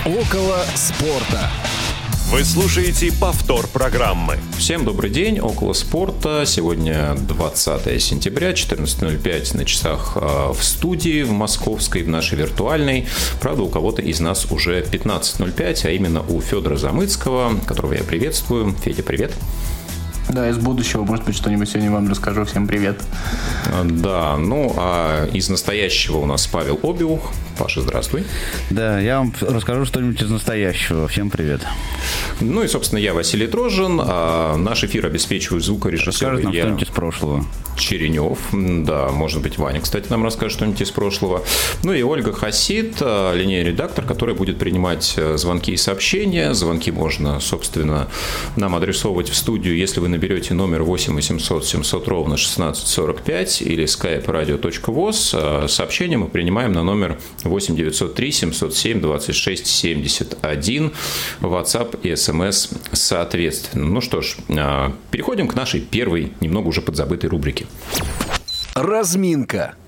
Около спорта. Вы слушаете повтор программы. Всем добрый день, около спорта. Сегодня 20 сентября, 14:05 на часах в студии, в московской, в нашей виртуальной. Правда, у кого-то из нас уже 15:05, а именно у Федора Замыцкого, которого я приветствую. Федя, привет. Да, из будущего, может быть, что-нибудь сегодня вам расскажу. Всем привет. Да, ну а из настоящего у нас Павел Обиух. Паша, здравствуй. Да, я вам расскажу что-нибудь из настоящего. Всем привет. Ну и, собственно, я Василий Дрожжин. Наш эфир обеспечивает звукорежиссер. Расскажет нам что-нибудь из прошлого. Черенев. Да, может быть, Ваня, кстати, нам расскажет что-нибудь из прошлого. Ну и Ольга Хасид, линейный редактор, которая будет принимать звонки и сообщения. Звонки можно, собственно, нам адресовывать в студию, если вы наберете номер 8 800 700 ровно 1645 или skype-radio.voz. Сообщения мы принимаем на номер 8 903 707 26 71, WhatsApp и SMS соответственно. Ну что ж, переходим к нашей первой, немного уже подзабытой рубрике. Разминка.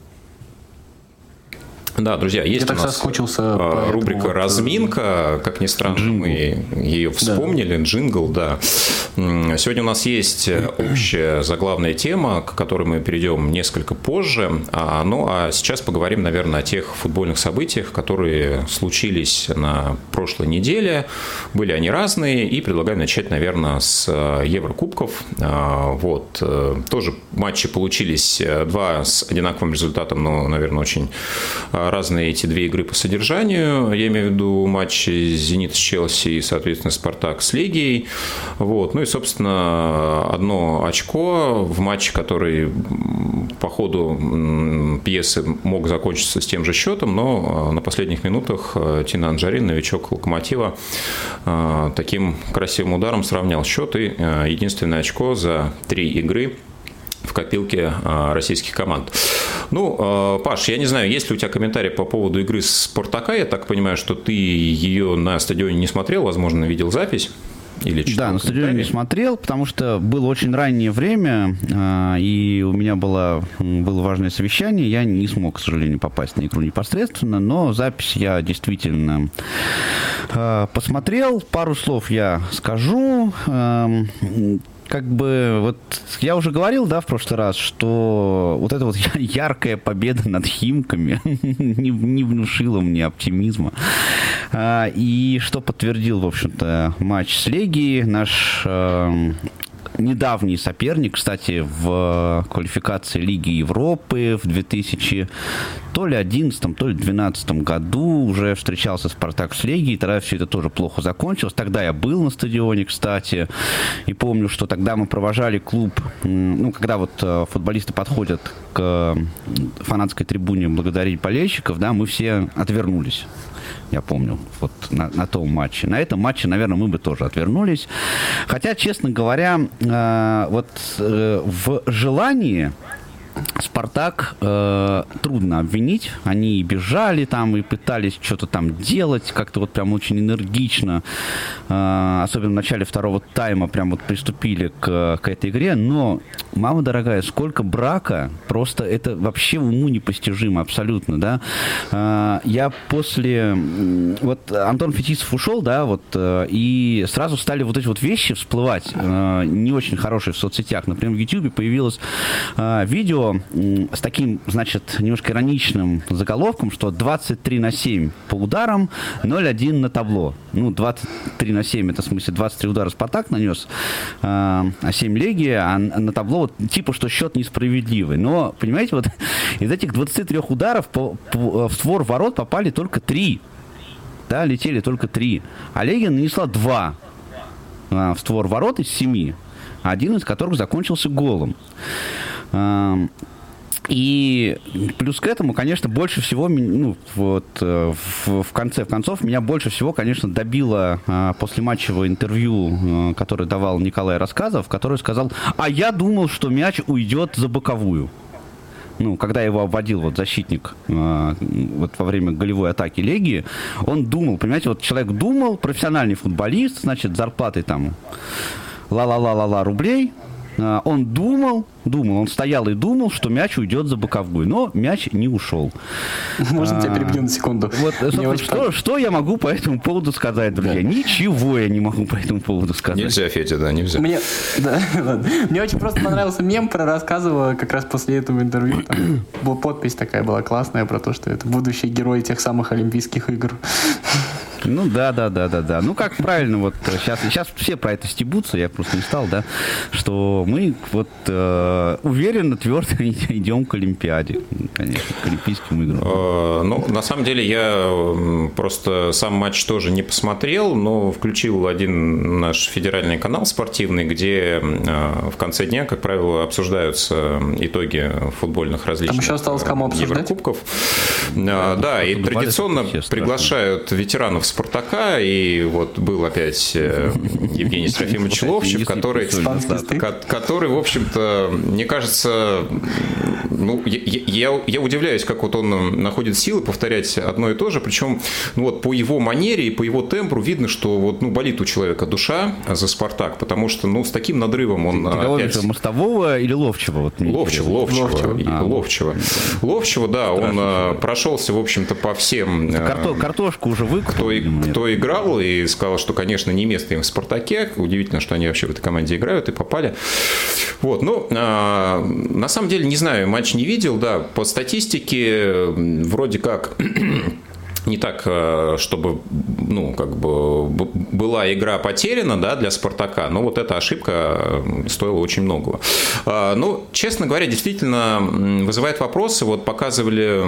Да, друзья, есть я у нас рубрика «Разминка». Как ни странно, мы ее вспомнили. Да. Джингл, да. Сегодня у нас есть общая заглавная тема, к которой мы перейдем несколько позже. Ну, а сейчас поговорим, наверное, о тех футбольных событиях, которые случились на прошлой неделе. Были они разные, и предлагаем начать, наверное, с Еврокубков. Вот. Тоже матчи получились два с одинаковым результатом, но, наверное, очень разные эти две игры по содержанию. Я имею в виду матчи «Зенит» с «Челси» и, соответственно, «Спартак» с «Легией». Вот. Ну и, собственно, одно очко в матче, который по ходу пьесы мог закончиться с тем же счетом, но на последних минутах Тина Анджарин, новичок «Локомотива», таким красивым ударом сравнял счет, и единственное очко за 3 игры в копилке российских команд. Ну, Паш, я не знаю, есть ли у тебя комментарий по поводу игры «Спартака»? Я так понимаю, что ты ее на стадионе не смотрел, возможно, видел запись? Или да, на стадионе не смотрел, потому что было очень раннее время, и у меня было важное совещание. Я не смог, к сожалению, попасть на игру непосредственно, но запись я действительно посмотрел. Пару слов я скажу. Как бы, вот я уже говорил, да, в прошлый раз, что вот эта вот яркая победа над Химками не внушила мне оптимизма. И что подтвердил, в общем-то, матч с Легией, наш недавний соперник, кстати, в квалификации Лиги Европы в 2011, то ли 2012 году уже встречался «Спартак» с Легией, тогда все это тоже плохо закончилось. Тогда я был на стадионе, кстати, и помню, что тогда мы провожали клуб, ну, когда вот футболисты подходят к фанатской трибуне благодарить болельщиков, да, мы все отвернулись. Я помню, вот на том матче. На этом матче, наверное, мы бы тоже отвернулись. Хотя, честно говоря, вот в желании «Спартак» трудно обвинить. Они бежали там и пытались что-то там делать, как-то вот прям очень энергично. Особенно в начале второго тайма прям вот приступили к этой игре. Но, мама дорогая, сколько брака, просто это вообще уму непостижимо абсолютно, да. Я после... Вот Антон Фетисов ушел, да, вот, и сразу стали вот эти вот вещи всплывать, не очень хорошие в соцсетях. Например, в YouTube появилось видео с таким, значит, немножко ироничным заголовком, что 23/7 по ударам, 0-1 на табло. Ну, 23/7, это в смысле 23 удара «Спартак» нанес, а 7 Легия, а на табло вот, типа, что счет несправедливый. Но, понимаете, вот из этих 23 ударов в створ ворот попали только 3. Да, летели только 3. А Легия нанесла 2 в створ ворот из 7, один из которых закончился голом. И плюс к этому, конечно, больше всего, ну, вот, в конце концов, меня больше всего, конечно, добило послематчевое интервью, которое давал Николай Рассказов, который сказал: а я думал, что мяч уйдет за боковую. Ну, когда его обводил вот защитник вот во время голевой атаки Легии, он думал, понимаете, вот человек думал, профессиональный футболист, значит, зарплатой там ла-ла-ла-ла-ла рублей, он думал, он стоял и думал, что мяч уйдет за боковую, но мяч не ушел. Можно тебя перебью на секунду? Вот, что я могу по этому поводу сказать, друзья? Ничего я не могу по этому поводу сказать. Нельзя, Федя, да, нельзя. Мне очень просто понравился мем, про рассказывала как раз после этого интервью. Там подпись такая была классная про то, что это будущий герой тех самых Олимпийских игр. Ну да. Ну как правильно, вот сейчас все про это стебутся, я просто не стал, да, что мы вот уверенно, твердо идем к Олимпиаде, конечно, к Олимпийским играм. Ну, на самом деле, я просто сам матч тоже не посмотрел, но включил один наш федеральный канал спортивный, где в конце дня, как правило, обсуждаются итоги футбольных различных Там еще осталось кому обсуждать? Еврокубков. Да, и традиционно приглашают ветеранов «Спартака», и вот был опять Евгений Серафимович Ловчев, который, в общем-то, мне кажется, ну, я удивляюсь, как вот он находит силы повторять одно и то же, причем ну, вот по его манере и по его тембру видно, что вот, ну, болит у человека душа за «Спартак», потому что ну, с таким надрывом он опять... Мостового или Ловчева? Вот, Ловчева, да, он прошелся, в общем-то, по всем... Картошку уже выкупил. Кто играл и сказал, что, конечно, не место им в «Спартаке». Удивительно, что они вообще в этой команде играют и попали. Вот, ну, на самом деле, не знаю, матч не видел, да, по статистике вроде как... Не так, чтобы, ну, как бы была игра потеряна, да, для «Спартака», но вот эта ошибка стоила очень многого. Ну, честно говоря, действительно вызывает вопросы. Вот показывали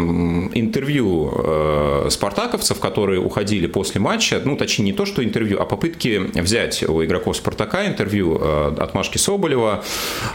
интервью спартаковцев, которые уходили после матча, ну, точнее, не то, что интервью, а попытки взять у игроков «Спартака» интервью от Машки Соболева,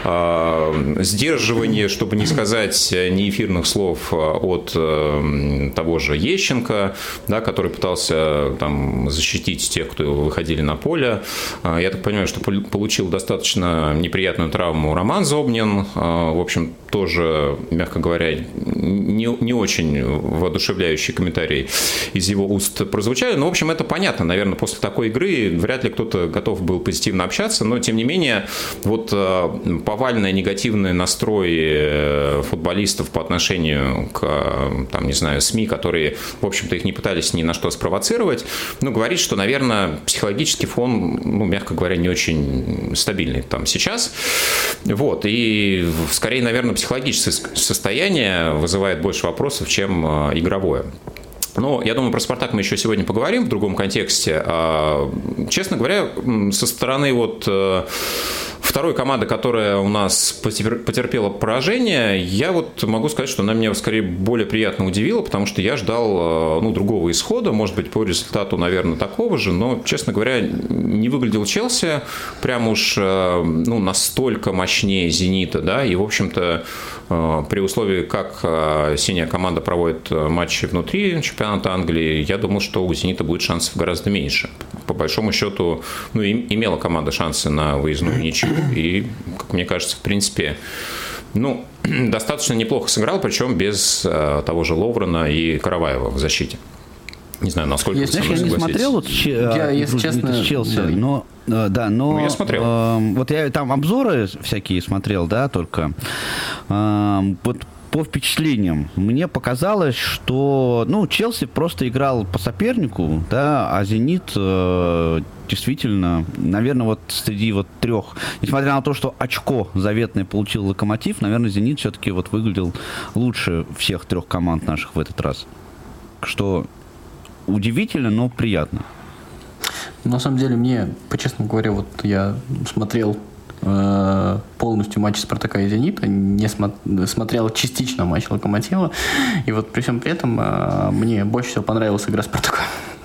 сдерживание, чтобы не сказать неэфирных слов от того же Ещенко, да, который пытался там защитить тех, кто выходили на поле. Я так понимаю, что получил достаточно неприятную травму Роман Зобнин. В общем, тоже, мягко говоря, не очень воодушевляющий комментарий из его уст прозвучали. Но, в общем, это понятно. Наверное, после такой игры вряд ли кто-то готов был позитивно общаться. Но, тем не менее, вот повальный негативный настрой футболистов по отношению к, там, не знаю, СМИ, которые, в общем-то, их не пытались ни на что спровоцировать, ну, говорит, что, наверное, психологический фон, ну, мягко говоря, не очень стабильный там сейчас. Вот. И скорее, наверное, психологическое состояние вызывает больше вопросов, чем игровое. Но я думаю, про «Спартак» мы еще сегодня поговорим в другом контексте. Честно говоря, со стороны вот второй команды, которая у нас потерпела поражение, я вот могу сказать, что она меня скорее более приятно удивила, потому что я ждал, ну, другого исхода, может быть, по результату, наверное, такого же, но, честно говоря, не выглядел Челси прям уж, ну, настолько мощнее «Зенита», да, и, в общем-то, при условии, как синяя команда проводит матчи внутри чемпионата Англии, я думал, что у «Зенита» будет шансов гораздо меньше. По большому счету, ну, имела команда шансы на выездную ничью, и, как мне кажется, в принципе, ну, достаточно неплохо сыграл, причем без того же Ловрена и Караваева в защите. Не знаю, насколько вы со мной согласитесь. Я не смотрел, вот, если честно, Челси, но... Да, но ну, я смотрел. Вот я там обзоры всякие смотрел, да, только вот по впечатлениям мне показалось, что, ну, Челси просто играл по сопернику, да, а «Зенит» действительно, наверное, вот среди вот трех, несмотря на то, что очко заветное получил «Локомотив», наверное, «Зенит» все-таки вот выглядел лучше всех трех команд наших в этот раз, что удивительно, но приятно. На самом деле, мне, по-честному говоря, вот я смотрел полностью матч «Спартака» и «Зенита», не смотрел частично матч «Локомотива», и вот при всем при этом мне больше всего понравилась игра «Спартака».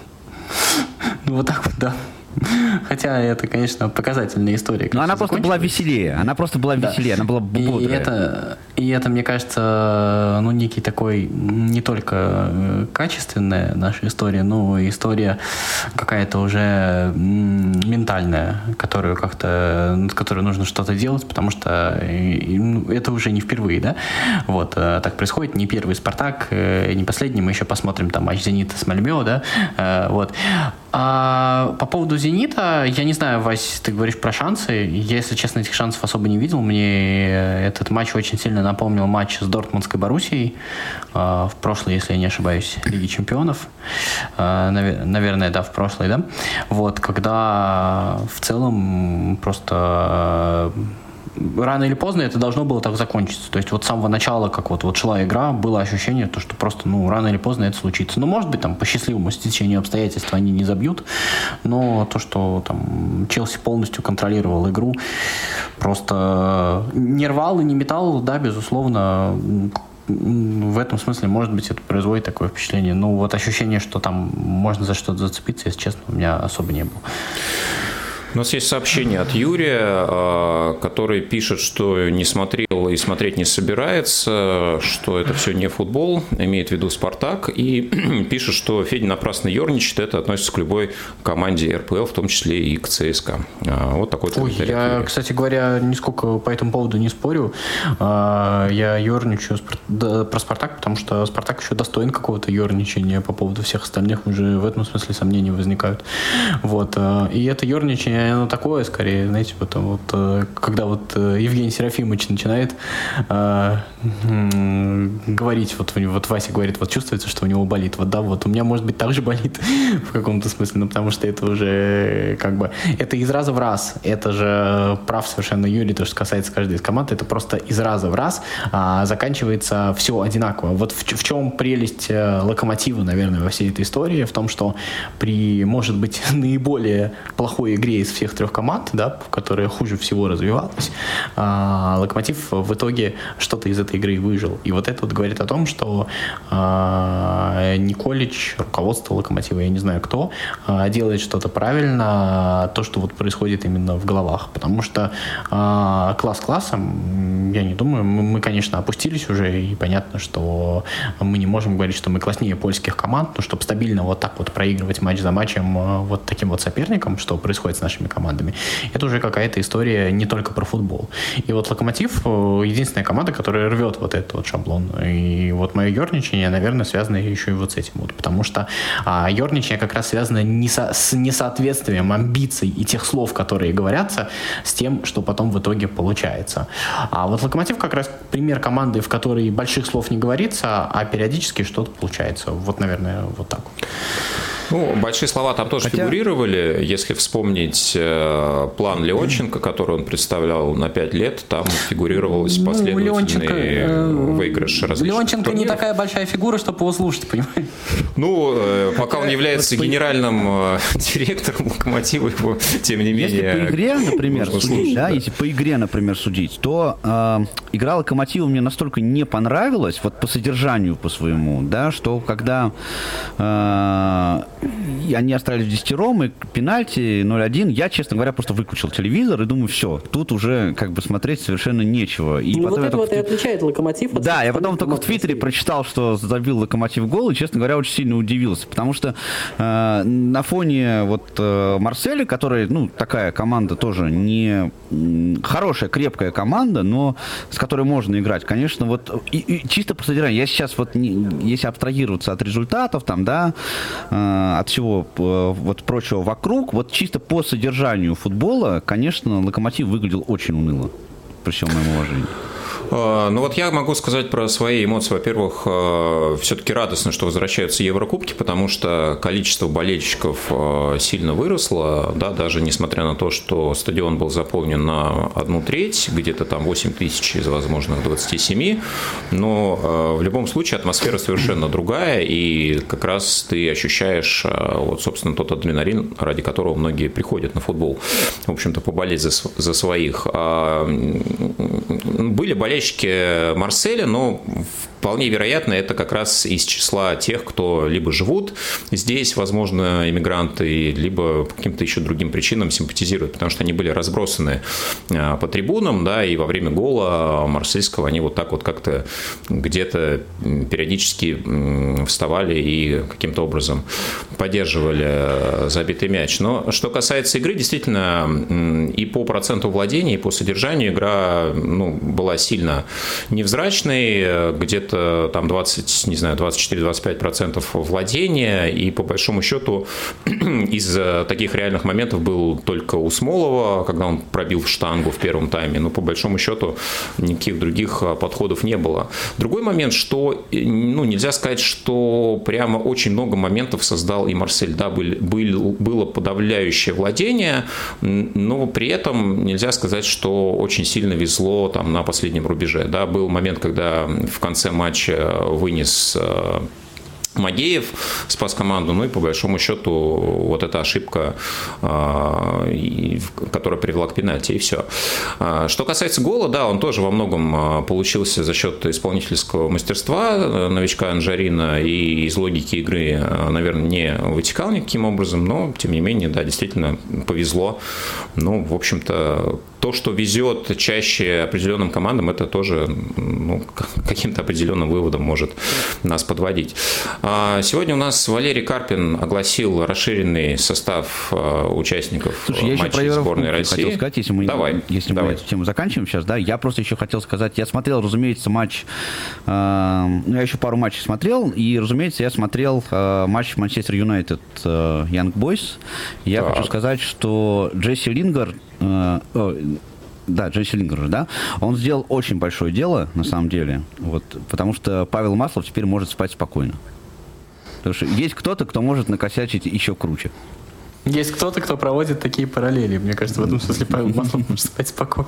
Ну, вот так вот, да. Хотя это, конечно, показательная история. Но она просто была веселее. Она просто была веселее, она была бодрая. И это, мне кажется, некий такой не только качественная наша история, но и история какая-то уже ментальная, над которой нужно что-то делать, потому что это уже не впервые, да? Вот, так происходит. Не первый «Спартак», не последний. Мы еще посмотрим там матч «Зенита» с «Мальмё», да? Вот. А по поводу «Зенита», я не знаю, Вась, ты говоришь про шансы. Я, если честно, этих шансов особо не видел. Мне этот матч очень сильно напомнил матч с Дортмундской Боруссией в прошлой, если я не ошибаюсь, Лиги Чемпионов. Наверное, да, в прошлой, да. Вот, когда в целом просто рано или поздно это должно было так закончиться. То есть вот с самого начала, как вот шла игра, было ощущение, что просто рано или поздно это случится. Может быть, там по счастливому стечению обстоятельств они не забьют, но то, что там Челси полностью контролировал игру, просто не рвал и не метал, да, безусловно. В этом смысле, может быть, это производит такое впечатление. Вот ощущение, что там можно за что-то зацепиться, если честно, у меня особо не было. У нас есть сообщение от Юрия, который пишет, что не смотрел и смотреть не собирается, что это все не футбол, имеет в виду «Спартак», и пишет, что Федя напрасно ерничает, это относится к любой команде РПЛ, в том числе и к ЦСКА. Вот такой комментарий. Я, кстати говоря, нисколько по этому поводу не спорю. Я ерничаю про «Спартак», потому что «Спартак» еще достоин какого-то ерничания по поводу всех остальных, уже в этом смысле сомнения возникают. Вот. И это ерничание, оно такое, скорее, знаете, потом когда Евгений Серафимович начинает говорить, вот Вася говорит, чувствуется, что у него болит, у меня, может быть, так же болит в каком-то смысле, потому что это уже это из раза в раз, это же прав совершенно Юрий, то, что касается каждой из команд, это просто из раза в раз, заканчивается все одинаково. Вот в чем прелесть Локомотива, наверное, во всей этой истории, в том, что при, может быть, наиболее плохой игре из всех трех команд, да, которая хуже всего развивалась, Локомотив в итоге что-то из этой игры выжил. И вот это говорит о том, что Николич, руководство Локомотива, я не знаю кто, делает что-то правильно, то, что происходит именно в головах. Потому что класс классом, я не думаю, мы, конечно, опустились уже, и понятно, что мы не можем говорить, что мы класснее польских команд, но чтобы стабильно проигрывать матч за матчем таким соперникам, что происходит с нашими командами, это уже какая-то история не только про футбол. И Локомотив единственная команда, которая рвет этот шаблон. И мое ерничание, наверное, связано еще и с этим. Потому что ерничание как раз связано с несоответствием амбиций и тех слов, которые говорятся, с тем, что потом в итоге получается. А Локомотив как раз пример команды, в которой больших слов не говорится, а периодически что-то получается. Наверное, так. Большие слова там тоже фигурировали. Если вспомнить план Леонченко, который он представлял на 5 лет, там фигурировалось последовательный выигрыш различных Леонченко турниров. Не такая большая фигура, чтобы его слушать, понимаешь? Пока он является генеральным директором Локомотива, его, тем не менее... Если по игре, например, судить, если по игре, например, судить, то игра Локомотива мне настолько не понравилась, по содержанию по своему, да, что когда они остались в десятером, и пенальти 0-1, я, честно говоря, просто выключил телевизор и думаю, все, тут уже смотреть совершенно нечего. И потом это и отличает Локомотив от... Да, я потом только в Твиттере прочитал, что забил Локомотив гол, и, честно говоря, очень сильно удивился, потому что на фоне Марселя, которая, такая команда тоже не хорошая, крепкая команда, но с которой можно играть, конечно, и чисто по содержанию. Я сейчас если абстрагироваться от результатов, там, да, от всего прочего вокруг, чисто по содержанию футбола, конечно, Локомотив выглядел очень уныло, при всем моем уважении. Я могу сказать про свои эмоции. Во-первых, все-таки радостно, что возвращаются Еврокубки, потому что количество болельщиков сильно выросло, да, даже несмотря на то, что стадион был заполнен на 1/3, где-то там 8 тысяч из возможных 27, но в любом случае атмосфера совершенно другая, и как раз ты ощущаешь, собственно, тот адреналин, ради которого многие приходят на футбол, в общем-то, поболеть за своих. Были болельщики Марселя, но вполне вероятно, это как раз из числа тех, кто либо живут здесь, возможно, иммигранты, либо по каким-то еще другим причинам симпатизируют, потому что они были разбросаны по трибунам, да, и во время гола марсельского они вот так вот как-то где-то периодически вставали и каким-то образом поддерживали забитый мяч. Но что касается игры, действительно, и по проценту владения, и по содержанию игра была сильно невзрачной, где-то там 24-25% владения, и по большому счету из таких реальных моментов был только у Смолова, когда он пробил в штангу в первом тайме, но по большому счету никаких других подходов не было. Другой момент, что нельзя сказать, что прямо очень много моментов создал и Марсель. Да, было подавляющее владение, но при этом нельзя сказать, что очень сильно везло там на последнем рубеже. Да, был момент, когда в конце матча вынес Магеев, спас команду, ну и по большому счету вот эта ошибка, которая привела к пенальти, и все. Что касается гола, да, он тоже во многом получился за счет исполнительского мастерства новичка Анжарина, и из логики игры, наверное, не вытекал никаким образом, но, тем не менее, да, действительно повезло. Ну, в общем-то, то, что везет чаще определенным командам, это тоже каким-то определенным выводом может нас подводить. Сегодня у нас Валерий Карпин огласил расширенный состав участников матчей сборной России. Хотел сказать, если мы эту тему заканчиваем сейчас, да, я просто еще хотел сказать, я смотрел, разумеется, матч, я еще пару матчей смотрел, и, разумеется, я смотрел матч Манчестер Юнайтед Янг Бойс. Я хочу сказать, что Джесси Лингар, Джесси Лингар, да, он сделал очень большое дело, на самом деле, вот, потому что Павел Маслов теперь может спать спокойно. Потому что есть кто-то, кто может накосячить еще круче. Есть кто-то, кто проводит такие параллели. Мне кажется, в этом смысле Павел Маслов может спать спокойно.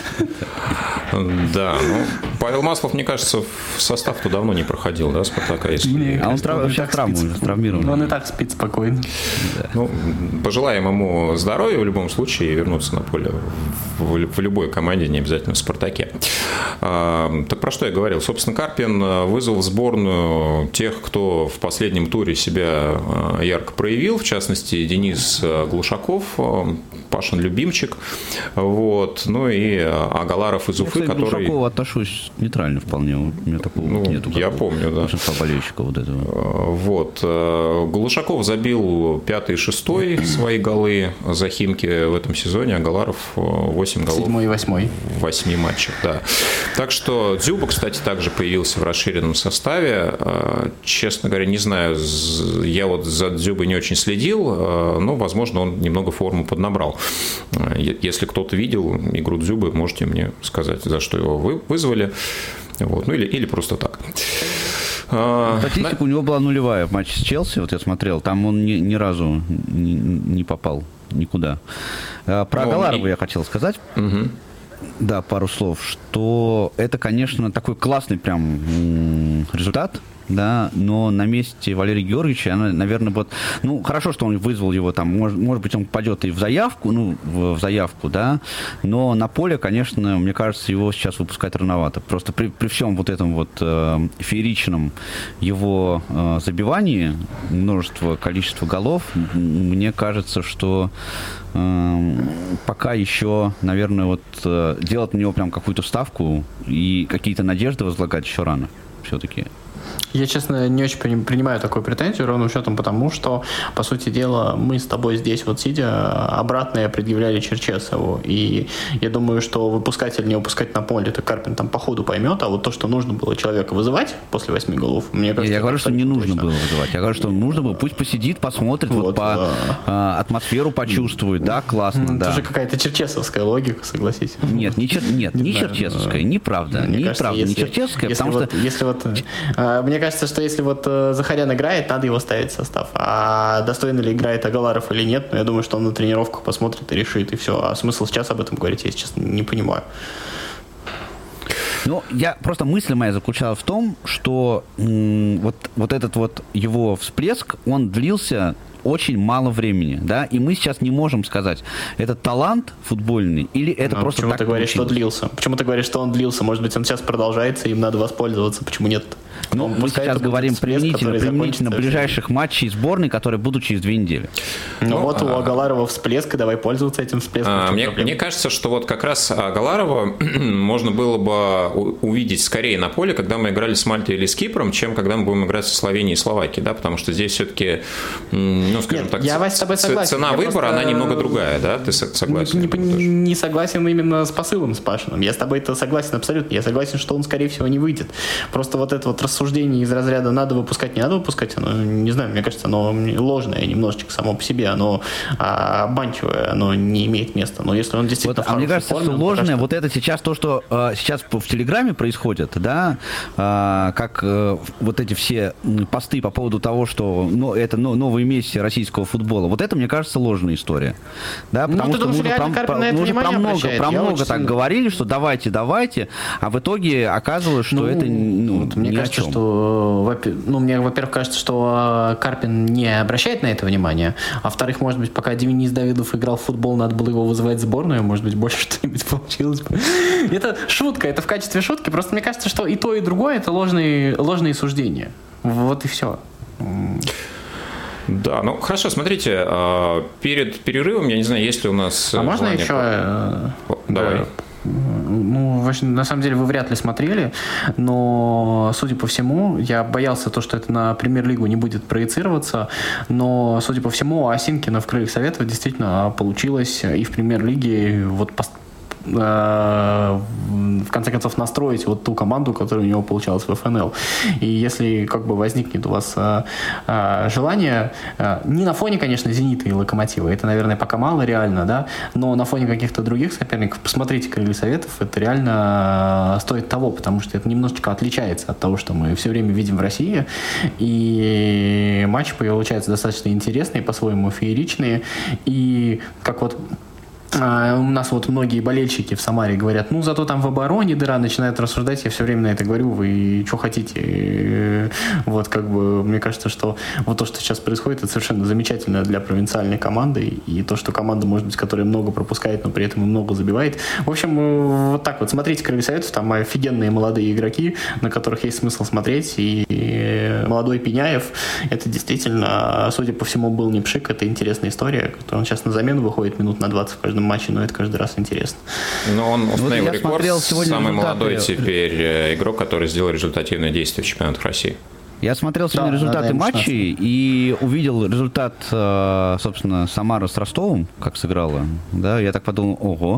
Да, Павел Маслов, мне кажется, в состав-то давно не проходил, да, Спартака? А он сейчас травмирован. Он и так спит спокойно. Пожелаем ему здоровья в любом случае и вернуться на поле в любой команде, не обязательно в Спартаке. Так про что я говорил? Собственно, Карпин вызвал в сборную тех, кто в последнем туре себя ярко проявил, в частности, Денис Глушаков, Пашин любимчик, вот, ну и Агаларов из Уфы, который... К Глушакову отношусь нейтрально вполне, у меня такого нету. Я помню, да. Большинство болельщиков вот этого. Вот, Глушаков забил 5-й и 6-й свои голы за Химки в этом сезоне, Агаларов 8 голов. 7-й и 8-й. В 8 матчах, да. Так что Дзюба, кстати, также появился в расширенном составе. Честно говоря, не знаю, я вот за Дзюбой не очень следил, но, возможно, он немного форму поднабрал. Если кто-то видел игру Дзюбы, можете мне сказать, за что его вызвали. Вот. Ну, или просто так. Статистика у него была нулевая в матче с Челси, вот я смотрел, там он ни разу не попал никуда. Про Агаларова я хотел сказать. Угу. Да, пару слов, что это, конечно, такой классный прям результат, да, но на месте Валерия Георгиевича, она, наверное, вот, ну, хорошо, что он вызвал его там, может быть, он пойдет и в заявку, в заявку, да, но на поле, конечно, мне кажется, его сейчас выпускать рановато. Просто при всем вот этом вот фееричном его забивании, количество голов, мне кажется, что пока еще, наверное, вот делать на него прям какую-то ставку и какие-то надежды возлагать еще рано все-таки. Я, честно, не очень принимаю такую претензию, ровным счетом потому, что, по сути дела, мы с тобой здесь вот сидя, обратное предъявляли Черчесову. И я думаю, что выпускать или не выпускать на поле, это Карпин там по ходу поймет, а вот то, что нужно было человека вызывать после 8 голов, мне кажется... Я говорю, что не нужно было вызывать. Я говорю, что нужно было, пусть посидит, посмотрит, вот атмосферу почувствует, да, классно, да. Это же какая-то черчесовская логика, согласись. Нет, не черчесовская, неправда, не черчесовская, потому что... Мне кажется, что если вот Захарян играет, надо его ставить в состав. А достойно ли играет Агаларов или нет, я думаю, что он на тренировках посмотрит и решит, и все. А смысл сейчас об этом говорить, я, честно, не понимаю. Ну, мысль моя заключалась в том, что вот этот вот его всплеск, он длился очень мало времени, да, и мы сейчас не можем сказать, это талант футбольный или это просто почему так ты говоришь, получилось? что длился? Почему ты говоришь, что он длился? Может быть, он сейчас продолжается, им надо воспользоваться, почему нет? Но мы сейчас говорим применительно ближайших матчей сборной, которые будут через 2 недели. Ну вот у Агаларова всплеск, давай пользоваться этим всплеском. Мне кажется, что вот как раз Агаларова можно было бы увидеть скорее на поле, когда мы играли с Мальтой или с Кипром, чем когда мы будем играть со Словенией и Словакией, да, потому что здесь все-таки, ну, скажем так, цена выбора, она немного другая, да, ты согласен? Не согласен именно с посылом с Пашиным. Я с тобой-то согласен абсолютно. Я согласен, что он, скорее всего, не выйдет. Просто вот это вот рассуждение из разряда надо выпускать, не надо выпускать, оно, не знаю, мне кажется, оно ложное немножечко само по себе, оно обманчивое, оно не имеет места. Но если он действительно вот, мне кажется, форме, что ложное, вот это сейчас то, что сейчас в Телеграме происходит, да, как вот эти все посты по поводу того, что это новые месси российского футбола, вот это, мне кажется, ложная история. Да, потому что мы уже про много так говорили, что давайте, а в итоге оказывалось, что это мне ни кажется, о чем. Что, мне, во-первых, кажется, что Карпин не обращает на это внимания, а во-вторых, может быть, пока Денис Давидов играл в футбол, надо было его вызывать в сборную, может быть, больше что-нибудь получилось бы. Это шутка, это в качестве шутки, просто мне кажется, что и то, и другое это ложные суждения. Вот и все. Да, ну хорошо, смотрите, перед перерывом, я не знаю, есть ли у нас... А можно еще... Давай. Ну, на самом деле, вы вряд ли смотрели, но, судя по всему, я боялся то, что это на Премьер-лигу не будет проецироваться, но, судя по всему, Осинкина в крыльях Советов действительно получилось и в Премьер-лиге вот в конце концов настроить вот ту команду, которая у него получалась в ФНЛ. И если как бы возникнет у вас желание, не на фоне, конечно, Зенита и Локомотива, это, наверное, пока мало реально, да, но на фоне каких-то других соперников, посмотрите «Крылья Советов», это реально стоит того, потому что это немножечко отличается от того, что мы все время видим в России, и матчи получаются достаточно интересные, по-своему фееричные, и как вот у нас вот многие болельщики в Самаре говорят, ну, зато там в обороне дыра, начинают рассуждать, я все время на это говорю, вы что хотите? Вот, как бы, мне кажется, что вот то, что сейчас происходит, это совершенно замечательно для провинциальной команды, и то, что команда, может быть, которая много пропускает, но при этом и много забивает. В общем, вот так вот, смотрите «Крылья Советов», там офигенные молодые игроки, на которых есть смысл смотреть, и молодой Пеняев, это действительно, судя по всему, был не пшик, это интересная история, он сейчас на замену выходит минут на 20 в каждом матче, но это каждый раз интересно. Но он установил рекорд, самый молодой теперь игрок, который сделал результативное действие в чемпионатах России. Я смотрел сегодня результаты матчей и увидел результат, собственно, Самара с Ростовом, как сыграла. Да, я так подумал, ого.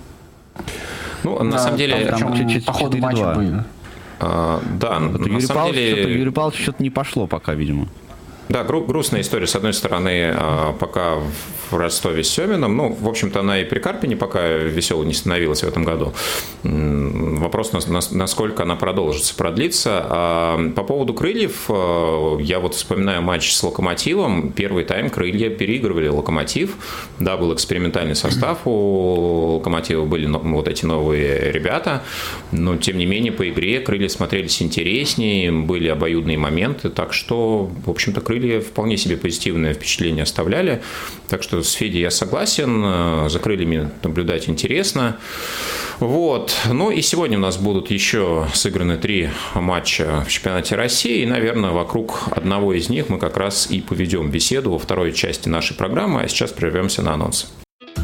Ну, на самом деле... Там по ходу матча были. Да, на самом деле... Юрий Павлович что-то не пошло пока, видимо. Да, грустная история. С одной стороны, пока в Ростове с Семиным, ну, в общем-то, она и при Карпине пока веселой не становилась в этом году. Вопрос, насколько она продолжится, продлится. А по поводу крыльев, я вот вспоминаю матч с Локомотивом. Первый тайм крылья переигрывали Локомотив. Да, был экспериментальный состав у Локомотива, были вот эти новые ребята. Но, тем не менее, по игре крылья смотрелись интереснее, были обоюдные моменты. Так что, в общем-то, крылья вполне себе позитивное впечатление оставляли. Так что с Федей я согласен. За крыльями наблюдать интересно. Вот. Ну и сегодня у нас будут еще сыграны 3 матча в чемпионате России. И, наверное, вокруг одного из них мы как раз и поведем беседу во второй части нашей программы. А сейчас прервемся на анонс.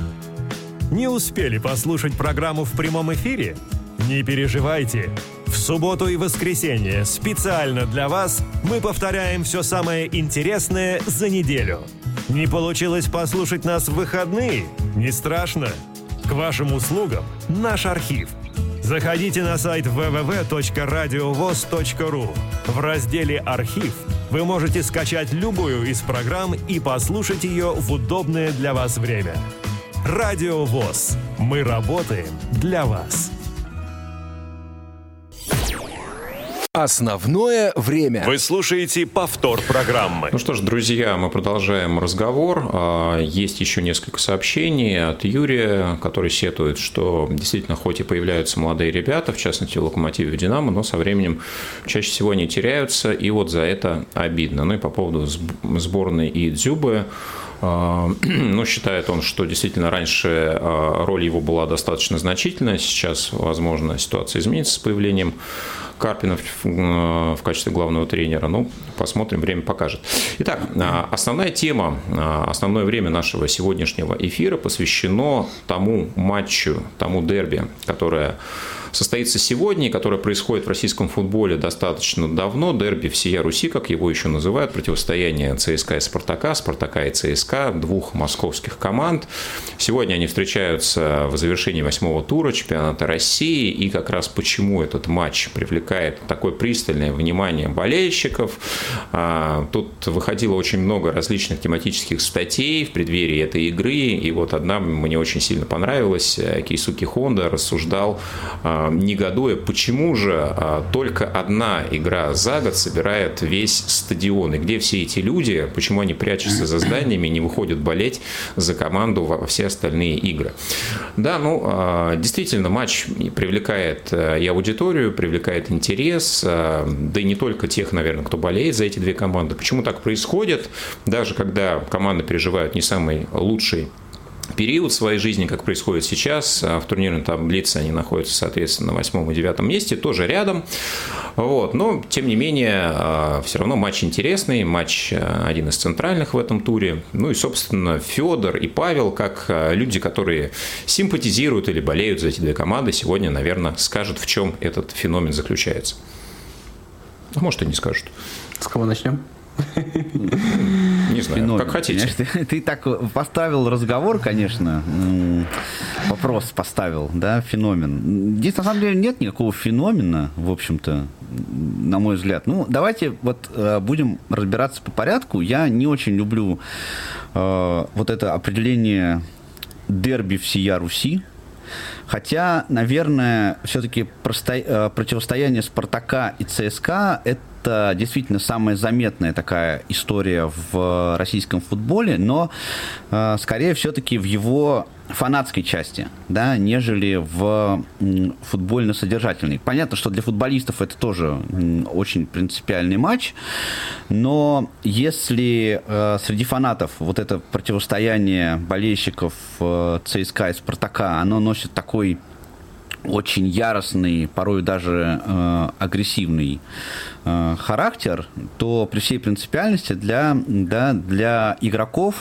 Не успели послушать программу в прямом эфире? Не переживайте. В субботу и воскресенье специально для вас мы повторяем все самое интересное за неделю. Не получилось послушать нас в выходные? Не страшно. К вашим услугам наш архив. Заходите на сайт www.radiovoz.ru. В разделе «Архив» вы можете скачать любую из программ и послушать ее в удобное для вас время. Радио ВОЗ. Мы работаем для вас. Основное время. Вы слушаете повтор программы. Ну что ж, друзья, мы продолжаем разговор. Есть еще несколько сообщений от Юрия, который сетует, что действительно, хоть и появляются молодые ребята, в частности, в «Локомотиве» и «Динамо», но со временем чаще всего они теряются, и вот за это обидно. Ну и по поводу сборной и Дзюбы. Считает он, что действительно раньше роль его была достаточно значительная. Сейчас, возможно, ситуация изменится с появлением Карпина в качестве главного тренера. Посмотрим, время покажет. Итак, основная тема, основное время нашего сегодняшнего эфира посвящено тому матчу, тому дерби, которое состоится сегодня, которое происходит в российском футболе достаточно давно. Дерби всея Руси, как его еще называют, противостояние ЦСКА и Спартака, Спартака и ЦСКА, двух московских команд. Сегодня они встречаются в завершении 8-го тура чемпионата России. И как раз почему этот матч привлекает такое пристальное внимание болельщиков. Тут выходило очень много различных тематических статей в преддверии этой игры. И вот одна мне очень сильно понравилась. Кейсуки Хонда рассуждал, негодуя, почему же только одна игра за год собирает весь стадион, и где все эти люди, почему они прячутся за зданиями и не выходят болеть за команду во все остальные игры. Да, действительно, матч привлекает и аудиторию, привлекает интерес, да и не только тех, наверное, кто болеет за эти две команды. Почему так происходит? Даже когда команды переживают не самый лучший период своей жизни, как происходит сейчас, в турнирной таблице они находятся, соответственно, на 8 и 9 месте, тоже рядом. Но, тем не менее, все равно матч интересный, матч один из центральных в этом туре. И, собственно, Федор и Павел, как люди, которые симпатизируют или болеют за эти две команды, сегодня, наверное, скажут, в чем этот феномен заключается. А может, и не скажут. С кого начнем? Не знаю, феномен, как хотите. Ты так поставил разговор, конечно, вопрос поставил, да, феномен. Здесь, на самом деле, нет никакого феномена, в общем-то, на мой взгляд. Давайте будем разбираться по порядку. Я не очень люблю это определение «дерби всея Руси». Хотя, наверное, все-таки противостояние Спартака и ЦСКА – это действительно самая заметная такая история в российском футболе, но скорее все-таки в его фанатской части, да, нежели в футбольно-содержательной. Понятно, что для футболистов это тоже очень принципиальный матч, но если среди фанатов вот это противостояние болельщиков ЦСКА и Спартака, оно носит такой очень яростный, порой даже агрессивный характер, то при всей принципиальности для игроков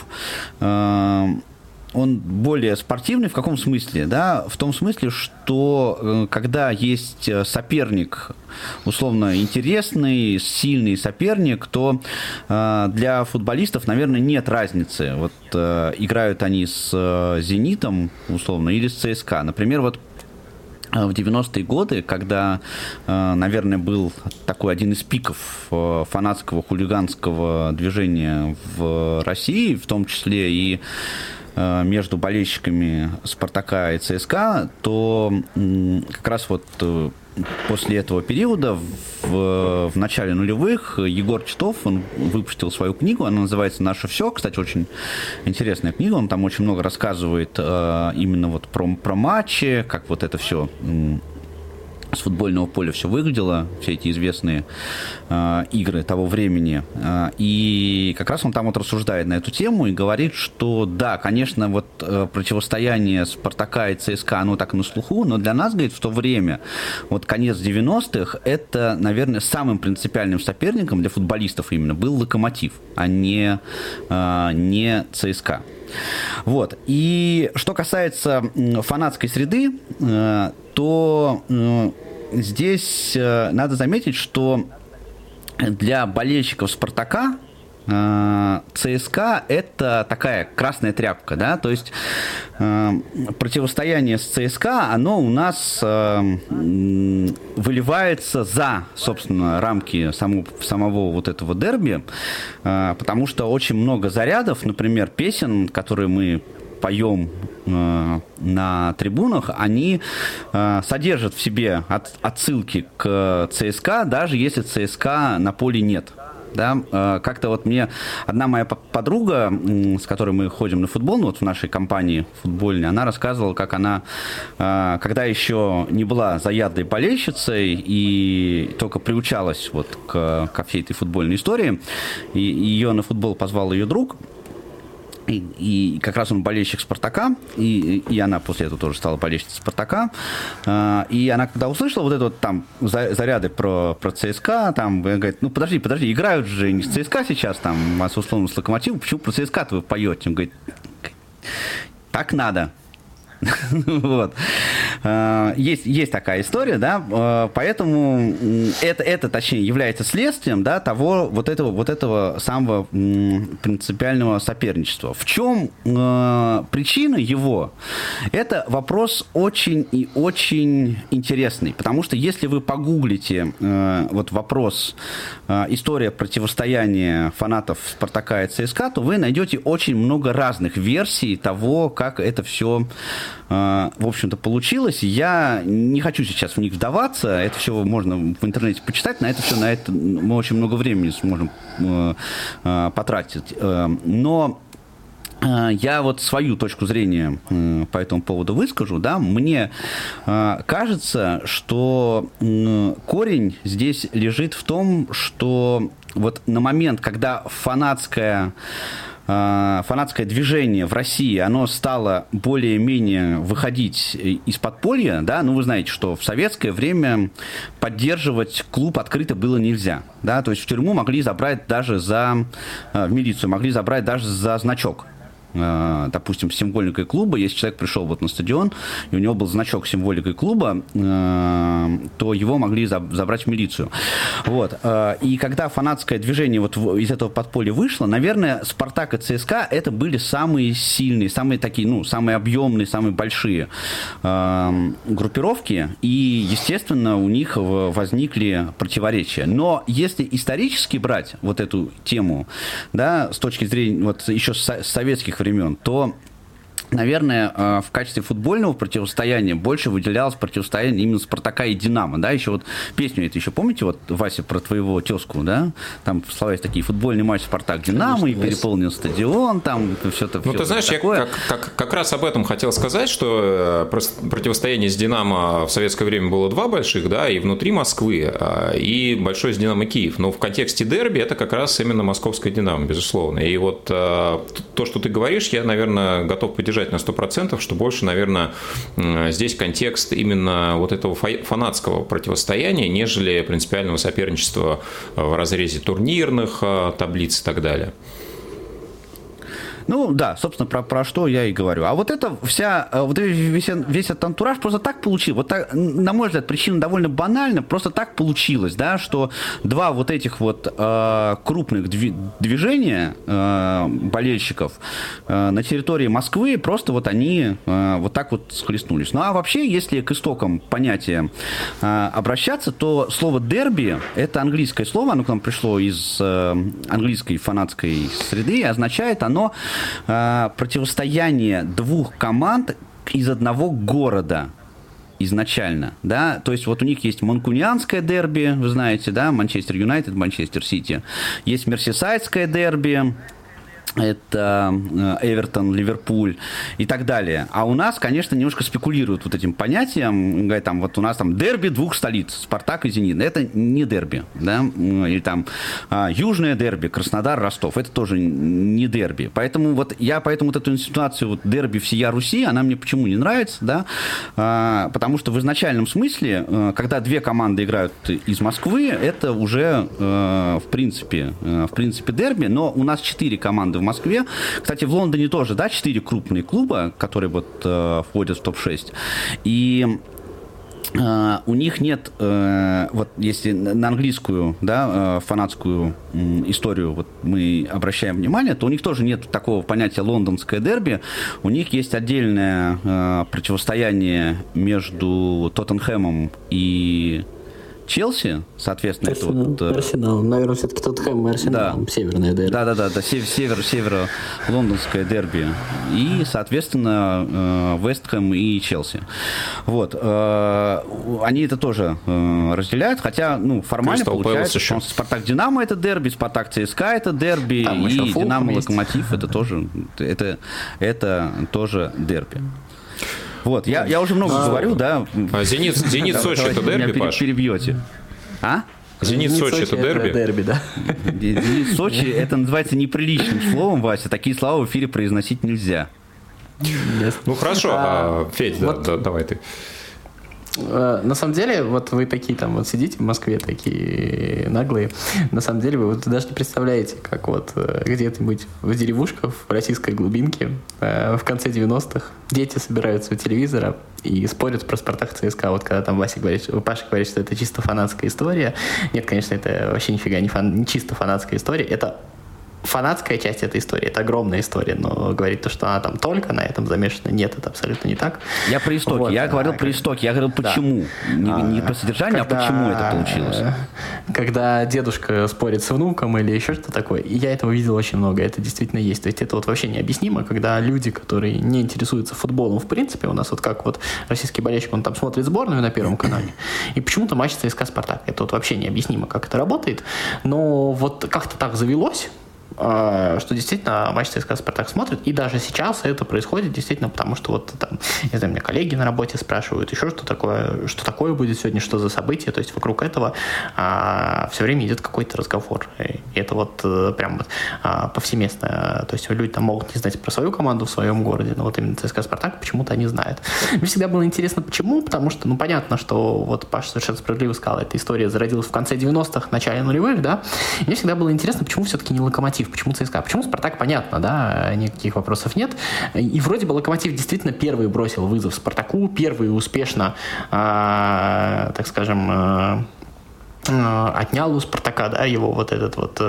он более спортивный. В каком смысле? Да? В том смысле, что когда есть соперник, условно интересный, сильный соперник, то для футболистов, наверное, нет разницы. Играют они с «Зенитом», условно, или с ЦСКА. Например, в 90-е годы, когда, наверное, был такой один из пиков фанатского хулиганского движения в России, в том числе и между болельщиками Спартака и ЦСКА, то как раз после этого периода, в начале нулевых, Егор Титов, он выпустил свою книгу, она называется «Наше все». Кстати, очень интересная книга, он там очень много рассказывает именно про матчи, как это все с футбольного поля все выглядело, все эти известные игры того времени. И как раз он там рассуждает на эту тему и говорит, что да, конечно, противостояние Спартака и ЦСКА, оно так на слуху, но для нас, говорит, в то время, конец 90-х, это, наверное, самым принципиальным соперником для футболистов именно был «Локомотив», а не ЦСКА. И что касается фанатской среды, то здесь надо заметить, что для болельщиков «Спартака» ЦСКА – это такая красная тряпка, да, то есть противостояние с ЦСКА, оно у нас выливается за, собственно, рамки самого этого дерби, потому что очень много зарядов, например, песен, которые мы поем на трибунах, они содержат в себе отсылки к ЦСКА, даже если ЦСКА на поле нет. Да, как-то мне одна моя подруга, с которой мы ходим на футбол, в нашей компании футбольной, она рассказывала, как она, когда еще не была заядлой болельщицей и только приучалась ко всей этой футбольной истории, и ее на футбол позвал ее друг, И как раз он болельщик «Спартака», и она после этого тоже стала болельщицей «Спартака». И она, когда услышала вот это вот там заряды про ЦСКА, там, говорит, ну, подожди, играют же не с ЦСКА сейчас, там, а условно с «Локомотивом, почему про ЦСКА вы поете? Он говорит, так надо. Вот. Есть такая история, да, поэтому это точнее является следствием, да, того вот этого самого принципиального соперничества. В чем причина его? Это вопрос очень и очень интересный, потому что если вы погуглите вот вопрос история противостояния фанатов Спартака и ЦСКА, то вы найдете очень много разных версий того, как это все в общем-то, получилось. Я не хочу сейчас в них вдаваться. Это все можно в интернете почитать. На это мы очень много времени сможем потратить. Но я вот свою точку зрения по этому поводу выскажу. Да? Мне кажется, что корень здесь лежит в том, что вот на момент, когда фанатское движение в России, оно стало более-менее выходить из подполья, да, ну, вы знаете, что в советское время поддерживать клуб открыто было нельзя, да, то есть в тюрьму могли забрать даже в милицию могли забрать даже за значок. Допустим, с символикой клуба, если человек пришел вот на стадион, и у него был значок с символикой клуба, то его могли забрать в милицию. Вот. И когда фанатское движение вот из этого подполья вышло, наверное, «Спартак» и ЦСКА это были самые сильные, самые такие, ну, самые объемные, самые большие группировки, и, естественно, у них возникли противоречия. Но если исторически брать вот эту тему, да, с точки зрения вот еще с советских времен, то, наверное, в качестве футбольного противостояния больше выделялось противостояние именно «Спартака» и «Динамо». Да? Еще вот песню это еще помните, вот, Вася, про твоего тезку, да? Там слова есть такие: футбольный матч «Спартак-Динамо», и переполнен стадион, там все-то. Ну, ты знаешь, такое. Я как раз об этом хотел сказать, что противостояние с «Динамо» в советское время было два больших, да, и внутри Москвы, и большой с «Динамо» Киев. Но в контексте дерби это как раз именно московское «Динамо», безусловно. И вот то, что ты говоришь, я, наверное, готов поддержать на 100%, что больше, наверное, здесь контекст именно вот этого фанатского противостояния, нежели принципиального соперничества в разрезе турнирных таблиц и так далее. Ну, да, собственно, про что я и говорю. А вот это весь этот антураж просто так получилось. Вот так, на мой взгляд, причина довольно банальна. Просто так получилось, да, что два вот этих вот крупных движения болельщиков на территории Москвы просто вот они вот так вот схлестнулись. Ну, а вообще, если к истокам понятия обращаться, то слово «дерби» — это английское слово, оно к нам пришло из английской фанатской среды, и означает оно противостояние двух команд из одного города изначально, да, то есть вот у них есть манкунианское дерби, вы знаете, да, Манчестер Юнайтед, Манчестер Сити, есть мерсисайдское дерби, это Эвертон, Ливерпуль и так далее. А у нас, конечно, немножко спекулируют вот этим понятием. Говорят, там, вот у нас там дерби двух столиц, Спартак и Зенит. Это не дерби, да? Или там южное дерби, Краснодар, Ростов. Это тоже не дерби. Поэтому вот эту инсинуацию вот дерби всея Руси, она мне почему не нравится, да? Потому что в изначальном смысле, когда две команды играют из Москвы, это уже в принципе дерби, но у нас 4 команды в Москве. Кстати, в Лондоне тоже, да, 4 крупные клуба, которые вот входят в топ-6. И у них нет, вот если на английскую, да, фанатскую историю вот мы обращаем внимание, то у них тоже нет такого понятия лондонское дерби. У них есть отдельное противостояние между Тоттенхэмом и Челси, соответственно, Арсенал, это вот... Арсенал, наверное, все-таки Тоттенхэм и Арсенал, да. Северное дерби. Да, северо-лондонское дерби. И, соответственно, Вестхэм и Челси. Вот. Они это тоже разделяют, хотя, ну, формально получается, что Спартак-Динамо это дерби, Спартак-ЦСКА это дерби, и Динамо-Локомотив это тоже дерби. Вот, я уже много говорю, да. А Зенит Сочи это дерби, Паш? Перебьете. А? «Зенит-Сочи» — это дерби? Дерби, да. «Зенит-Сочи» — это называется неприличным словом, Вася. Такие слова в эфире произносить нельзя. Ну, хорошо. Федь, давай ты. На самом деле, вот вы такие там вот сидите в Москве, такие наглые. На самом деле, вы вот даже не представляете, как вот где-нибудь в деревушках, в российской глубинке, в конце 90-х дети собираются у телевизора и спорят про «Спартак» ЦСКА. Вот когда там Паша говорит, что это чисто фанатская история. Нет, конечно, это вообще нифига не чисто фанатская история. Это фанатская часть этой истории, это огромная история, но говорить то, что она там только на этом замешана, нет, это абсолютно не так. Я про истоки, вот, я говорил про истоки, я говорил почему, да. не про содержание, а почему это получилось. Когда дедушка спорит с внуком или еще что-то такое, и я этого видел очень много, это действительно есть, то есть это вот вообще необъяснимо, когда люди, которые не интересуются футболом в принципе, у нас вот как вот российский болельщик, он там смотрит сборную на Первом канале, и почему-то матч ЦСКА «Спартак», это вот вообще необъяснимо, как это работает, но вот как-то так завелось, что действительно матч ЦСКА «Спартак» смотрит, и даже сейчас это происходит действительно, потому что вот там, не знаю, меня коллеги на работе спрашивают еще, что такое будет сегодня, что за событие, то есть вокруг этого все время идет какой-то разговор, и это вот прям вот повсеместно, то есть люди там могут не знать про свою команду в своем городе, но вот именно ЦСКА «Спартак» почему-то они знают. Мне всегда было интересно, почему, потому что, ну, понятно, что вот Паша совершенно справедливо сказал, эта история зародилась в конце 90-х, начале нулевых, да, и мне всегда было интересно, почему все-таки не «Локомотив», почему ЦСКА? Почему «Спартак» понятно, да, никаких вопросов нет. И вроде бы «Локомотив» действительно первый бросил вызов «Спартаку», первый успешно, так скажем, отнял у «Спартака», да, его вот этот вот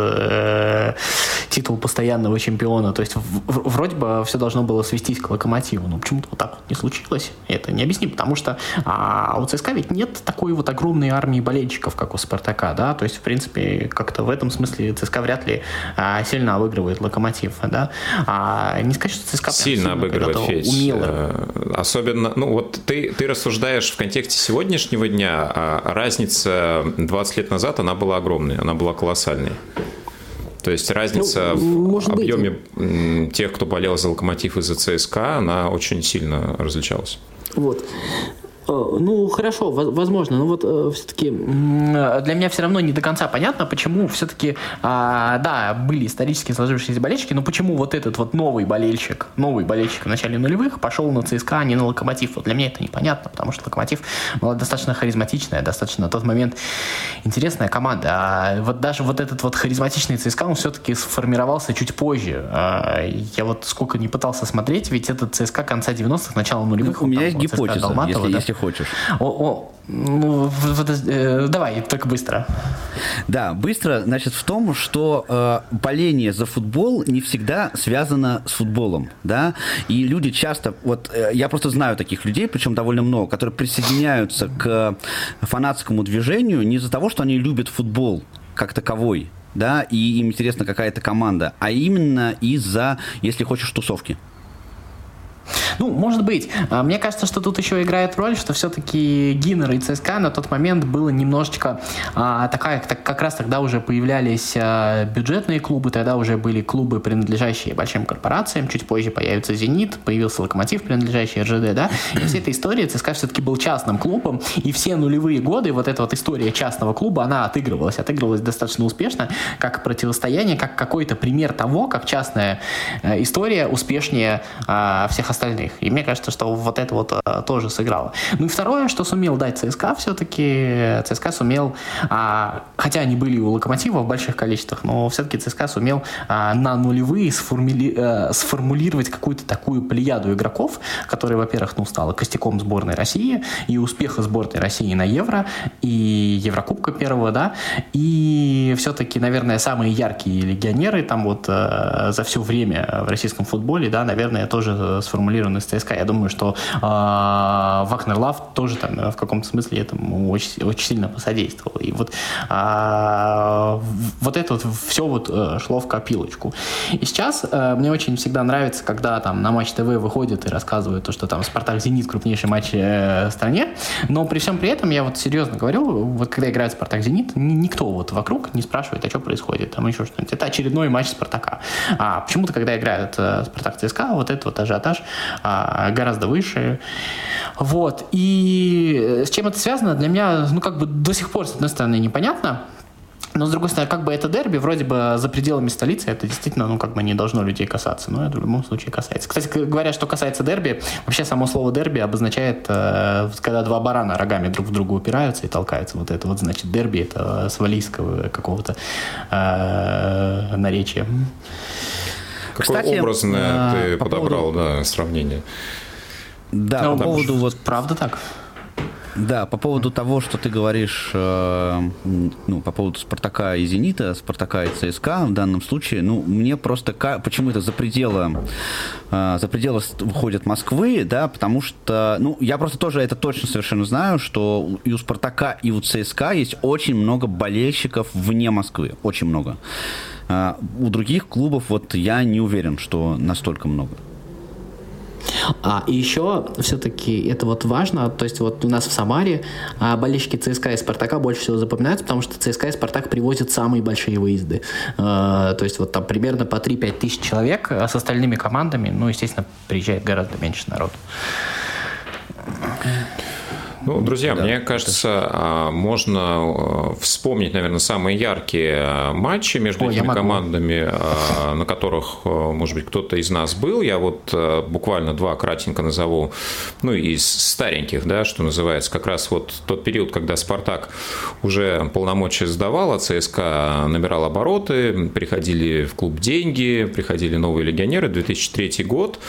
титул постоянного чемпиона. То есть вроде бы все должно было свестись к «Локомотиву», но почему-то вот так вот не случилось. Это не объяснимо, потому что у ЦСКА ведь нет такой вот огромной армии болельщиков, как у «Спартака», да, то есть, в принципе, как-то в этом смысле ЦСКА вряд ли сильно обыгрывает «Локомотив», да. Не сказать, что ЦСКА сильно обыгрывает, Федь. Особенно, ну вот ты рассуждаешь в контексте сегодняшнего дня, а разница 20 лет назад, она была огромной, она была колоссальной. То есть разница в объеме тех, кто болел за «Локомотив» и за ЦСКА, она очень сильно различалась. Вот. Ну, хорошо, возможно, но вот все-таки для меня все равно не до конца понятно, почему все-таки, да, были исторически сложившиеся болельщики, но почему вот этот вот новый болельщик в начале нулевых пошел на ЦСКА, а не на «Локомотив. Вот для меня это непонятно, потому что «Локомотив» была достаточно харизматичная, достаточно на тот момент интересная команда. А вот даже вот этот вот харизматичный ЦСКА, он все-таки сформировался чуть позже. Я вот сколько не пытался смотреть, ведь этот ЦСКА конца 90-х, начала нулевых. У меня есть гипотеза, если хочешь. Давай, только быстро. Да, быстро, значит, в том, что боление за футбол не всегда связано с футболом, да, и люди часто, вот я просто знаю таких людей, причем довольно много, которые присоединяются к фанатскому движению не из-за того, что они любят футбол как таковой, да, и им интересна какая-то команда, а именно из-за, если хочешь, тусовки. Ну, может быть. Мне кажется, что тут еще играет роль, что все-таки Гиннер и ЦСКА на тот момент было немножечко как раз тогда уже появлялись бюджетные клубы, тогда уже были клубы, принадлежащие большим корпорациям, чуть позже появится «Зенит», появился «Локомотив», принадлежащий РЖД, да, и вся эта история, ЦСКА все-таки был частным клубом, и все нулевые годы вот эта вот история частного клуба, она отыгрывалась достаточно успешно, как противостояние, как какой-то пример того, как частная история успешнее всех остальных. И мне кажется, что вот это вот тоже сыграло. Ну и второе, что сумел дать ЦСКА все-таки, ЦСКА сумел, хотя они были у «Локомотива» в больших количествах, но все-таки ЦСКА сумел на нулевые сформулировать какую-то такую плеяду игроков, которые, во-первых, стала костяком сборной России и успеха сборной России на Евро и Еврокубка первого, да, и все-таки, наверное, самые яркие легионеры там вот за все время в российском футболе, да, наверное, тоже сформулированы с ЦСКА. Я думаю, что Вагнер Лав тоже там в каком-то смысле этому очень, очень сильно посодействовал. И вот это вот все вот шло в копилочку. И сейчас мне очень всегда нравится, когда там на Матч ТВ выходят и рассказывают то, что там «Спартак-Зенит» крупнейший матч в стране, но при всем при этом я вот серьезно говорю, вот когда играет «Спартак-Зенит», никто вот вокруг не спрашивает, а что происходит, там еще что-нибудь. Это очередной матч «Спартака». А почему-то, когда играют «Спартак-ЦСКА», вот этот вот ажиотаж гораздо выше. Вот. И с чем это связано, для меня, до сих пор, с одной стороны, непонятно. Но, с другой стороны, это дерби, вроде бы за пределами столицы, это действительно, не должно людей касаться. Но это в любом случае касается. Кстати, говоря, что касается дерби, вообще само слово дерби обозначает, когда два барана рогами друг в друга упираются и толкаются. Вот это значит дерби, это с валлийского какого-то наречия. Какое образное ты подобрал сравнение. Да, по поводу... Правда так? Да, по поводу того, что ты говоришь, по поводу «Спартака» и «Зенита», «Спартака» и «ЦСКА» в данном случае, мне просто почему-то за пределы выходят Москвы, да, потому что, я просто тоже это точно совершенно знаю, что и у «Спартака», и у «ЦСКА» есть очень много болельщиков вне Москвы, очень много. У других клубов я не уверен, что настолько много. И еще все-таки это важно, то есть у нас в Самаре болельщики ЦСКА и Спартака больше всего запоминаются, потому что ЦСКА и Спартак привозят самые большие выезды. То есть там примерно по 3-5 тысяч человек, а с остальными командами, естественно, приезжает гораздо меньше народу. Друзья, мне кажется, можно вспомнить, наверное, самые яркие матчи между этими командами, на которых, может быть, кто-то из нас был. Я буквально два кратенько назову, из стареньких, да, что называется, как раз тот период, когда «Спартак» уже полномочия сдавал, а ЦСКА набирал обороты, приходили в клуб деньги, приходили новые легионеры. 2003 год,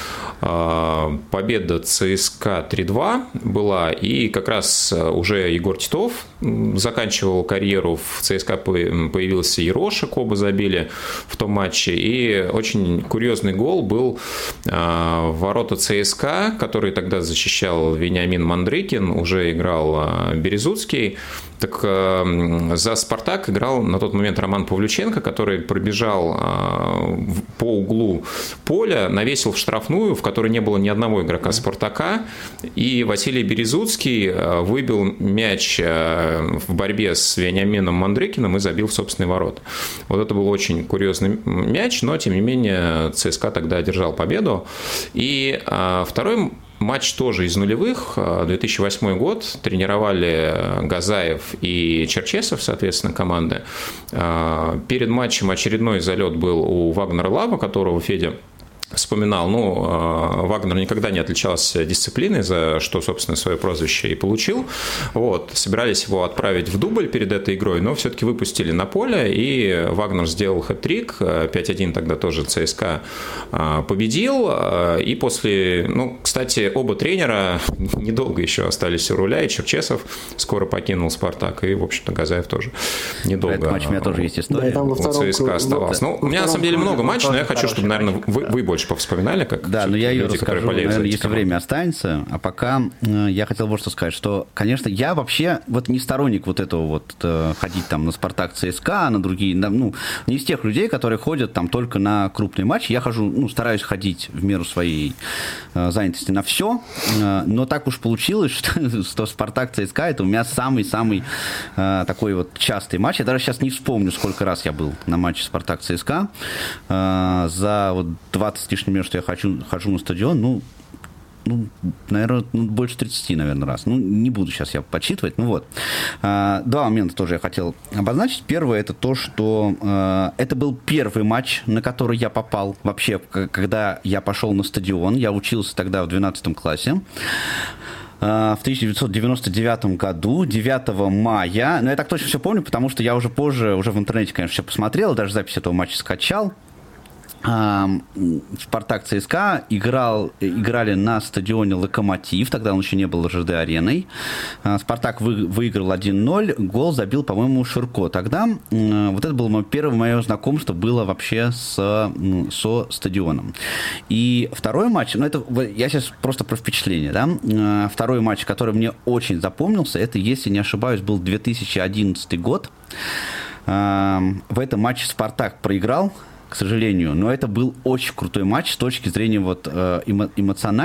победа ЦСКА 3-2 была, и как раз уже Егор Титов заканчивал карьеру в ЦСКА, появился Ерошек, оба забили в том матче, и очень курьезный гол был в ворота ЦСКА, который тогда защищал Вениамин Мандрыкин, уже играл Березуцкий. Так за «Спартак» играл на тот момент Роман Павлюченко, который пробежал по углу поля, навесил в штрафную, в которой не было ни одного игрока «Спартака», и Василий Березуцкий выбил мяч в борьбе с Вениамином Мандрыкиным и забил в собственные ворота. Это был очень курьезный мяч, но, тем не менее, ЦСКА тогда одержал победу. И второй матч тоже из нулевых, 2008 год, тренировали Газаев и Черчесов, соответственно, команды. Перед матчем очередной залет был у Вагнера Лава, которого Федя вспоминал. Вагнер никогда не отличался дисциплиной, за что, собственно, свое прозвище и получил. Собирались его отправить в дубль перед этой игрой, но все-таки выпустили на поле, и Вагнер сделал хэт-трик. 5-1 тогда тоже ЦСКА победил. И после... кстати, оба тренера недолго еще остались у руля, и Черчесов скоро покинул «Спартак», и, в общем-то, Газаев тоже недолго. Матч у меня тоже есть история. У ЦСКА оставался. У меня, на самом деле, много матчей, но я хочу, чтобы, наверное, вы больше повспоминали, как да, но я ее расскажу, наверное, если команды. Время останется. А пока я хотел вот что сказать, что, конечно, я вообще не сторонник этого ходить там на «Спартак», ЦСКА, на другие, не из тех людей, которые ходят там только на крупные матчи. Я хожу, стараюсь ходить в меру своей занятости на все, но так уж получилось, что «Спартак», ЦСКА — это у меня самый-самый такой частый матч. Я даже сейчас не вспомню, сколько раз я был на матче «Спартак», ЦСКА. За 20 с лишним лет, что я хожу на стадион, наверное, больше 30, наверное, раз. Не буду сейчас я подсчитывать. Два момента тоже я хотел обозначить. Первое — это то, что это был первый матч, на который я попал вообще, когда я пошел на стадион. Я учился тогда в 12 классе. В 1999 году, 9 мая. Но я так точно все помню, потому что я уже позже, уже в интернете, конечно, все посмотрел, даже запись этого матча скачал. «Спартак», ЦСКА играли на стадионе «Локомотив», тогда он еще не был РЖД-ареной. «Спартак» выиграл 1-0, гол забил, по-моему, Ширко. Тогда это было первое мое знакомство было вообще со стадионом. И второй матч, это я сейчас просто про впечатление, да? Второй матч, который мне очень запомнился, это, если не ошибаюсь, был 2011 год. В этом матче «Спартак» проиграл, к сожалению, но это был очень крутой матч с точки зрения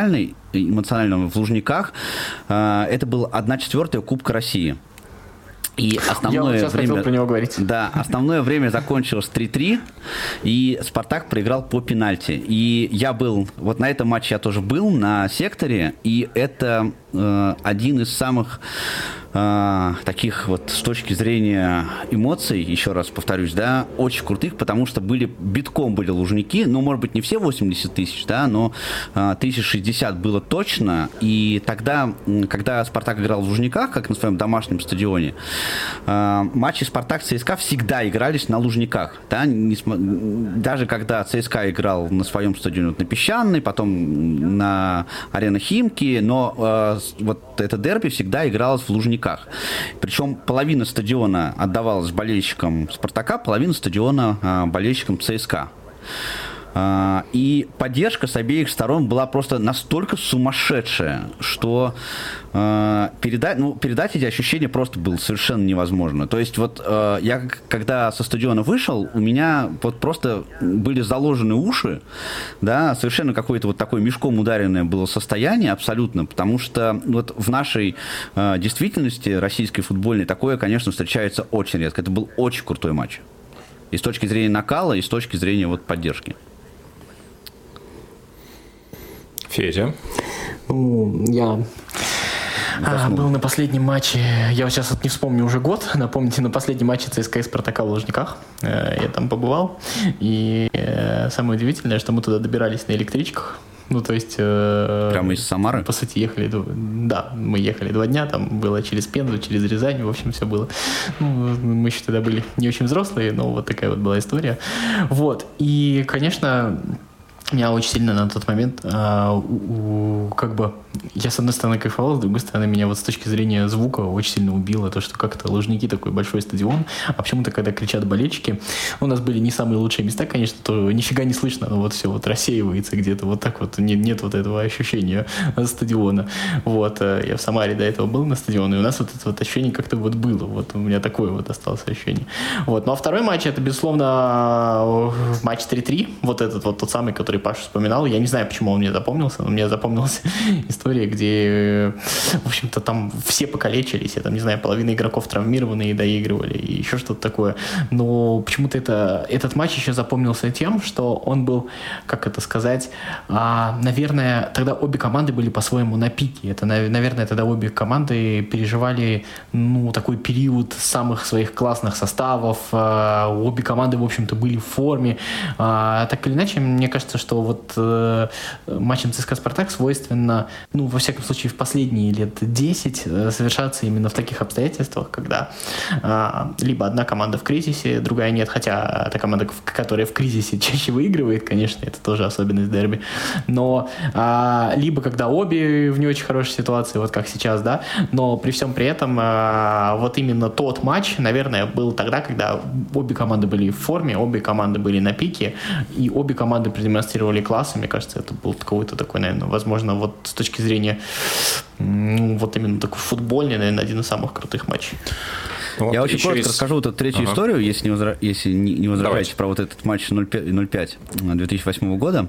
эмоционального в Лужниках. Это был 1/4 Кубка России. И основное сейчас время, хотел про него говорить. Да, основное время закончилось 3-3, и «Спартак» проиграл по пенальти. И я был, вот на этом матче я тоже был, на секторе, и это один из самых таких вот с точки зрения эмоций, еще раз повторюсь, да, очень крутых, потому что битком были Лужники, ну, может быть, не все 80 тысяч, да, но 1060 было точно, и тогда, когда «Спартак» играл в Лужниках, как на своем домашнем стадионе, матчи «Спартак»-ЦСКА всегда игрались на Лужниках, да, даже когда ЦСКА играл на своем стадионе вот на Песчаной, потом на Арена Химки, но вот это дерби всегда игралось в Лужниках. Причем половина стадиона отдавалась болельщикам «Спартака», половина стадиона болельщикам ЦСКА. И поддержка с обеих сторон была просто настолько сумасшедшая, что передать эти ощущения просто было совершенно невозможно. То есть вот я, когда со стадиона вышел, у меня вот просто были заложены уши, да, совершенно какое-то вот такое мешком ударенное было состояние абсолютно, потому что вот в нашей действительности российской футбольной такое, конечно, встречается очень редко. Это был очень крутой матч. И с точки зрения накала, и с точки зрения вот поддержки. Федя? Я был на последнем матче, я сейчас вот не вспомню уже год, напомните, на последнем матче ЦСКА и «Спартака» в Лужниках. Я там побывал, и самое удивительное, что мы туда добирались на электричках. Ну, то есть... Прямо из Самары? По сути, ехали... Да, мы ехали 2 дня, там было через Пензу, через Рязань, в общем, все было. Ну, мы еще тогда были не очень взрослые, но вот такая вот была история. Вот, и, конечно... Меня очень сильно на тот момент, как бы, я с одной стороны кайфовал, с другой стороны меня вот с точки зрения звука очень сильно убило то, что как-то Лужники такой большой стадион, а почему-то, когда кричат болельщики, у нас были не самые лучшие места, конечно, то нифига не слышно, но вот все вот рассеивается где-то, вот так вот, нет вот этого ощущения стадиона. Вот, я в Самаре до этого был на стадионе, и у нас вот это вот ощущение как-то вот было, вот у меня такое вот осталось ощущение. Вот, ну а второй матч, это, безусловно, матч 3-3, вот этот вот тот самый, который Паша вспоминал. Я не знаю, почему он мне запомнился, но мне запомнилась история, где, в общем-то, там все покалечились. Я там, не знаю, половина игроков травмированные доигрывали и еще что-то такое. Но почему-то этот матч еще запомнился тем, что он был, как это сказать, наверное, тогда обе команды были по-своему на пике. Это, наверное, тогда обе команды переживали, ну, такой период самых своих классных составов. Обе команды, в общем-то, были в форме. Так или иначе, мне кажется, что вот матчам ЦСКА-Спартак свойственно, ну, во всяком случае, в последние лет 10 совершаться именно в таких обстоятельствах, когда либо одна команда в кризисе, другая нет, хотя та команда, которая в кризисе, чаще выигрывает, конечно, это тоже особенность дерби, но либо когда обе в не очень хорошей ситуации, вот как сейчас, да, но при всем при этом вот именно тот матч, наверное, был тогда, когда обе команды были в форме, обе команды были на пике, и обе команды продемонстрировали класс, и мне кажется, это был какой-то такой, наверное, возможно, вот с точки зрения, ну, вот именно такой футбольный, наверное, один из самых крутых матчей. Вот я очень коротко расскажу вот эту третью историю, если не возражаете, про вот этот матч 0-5 2008 года.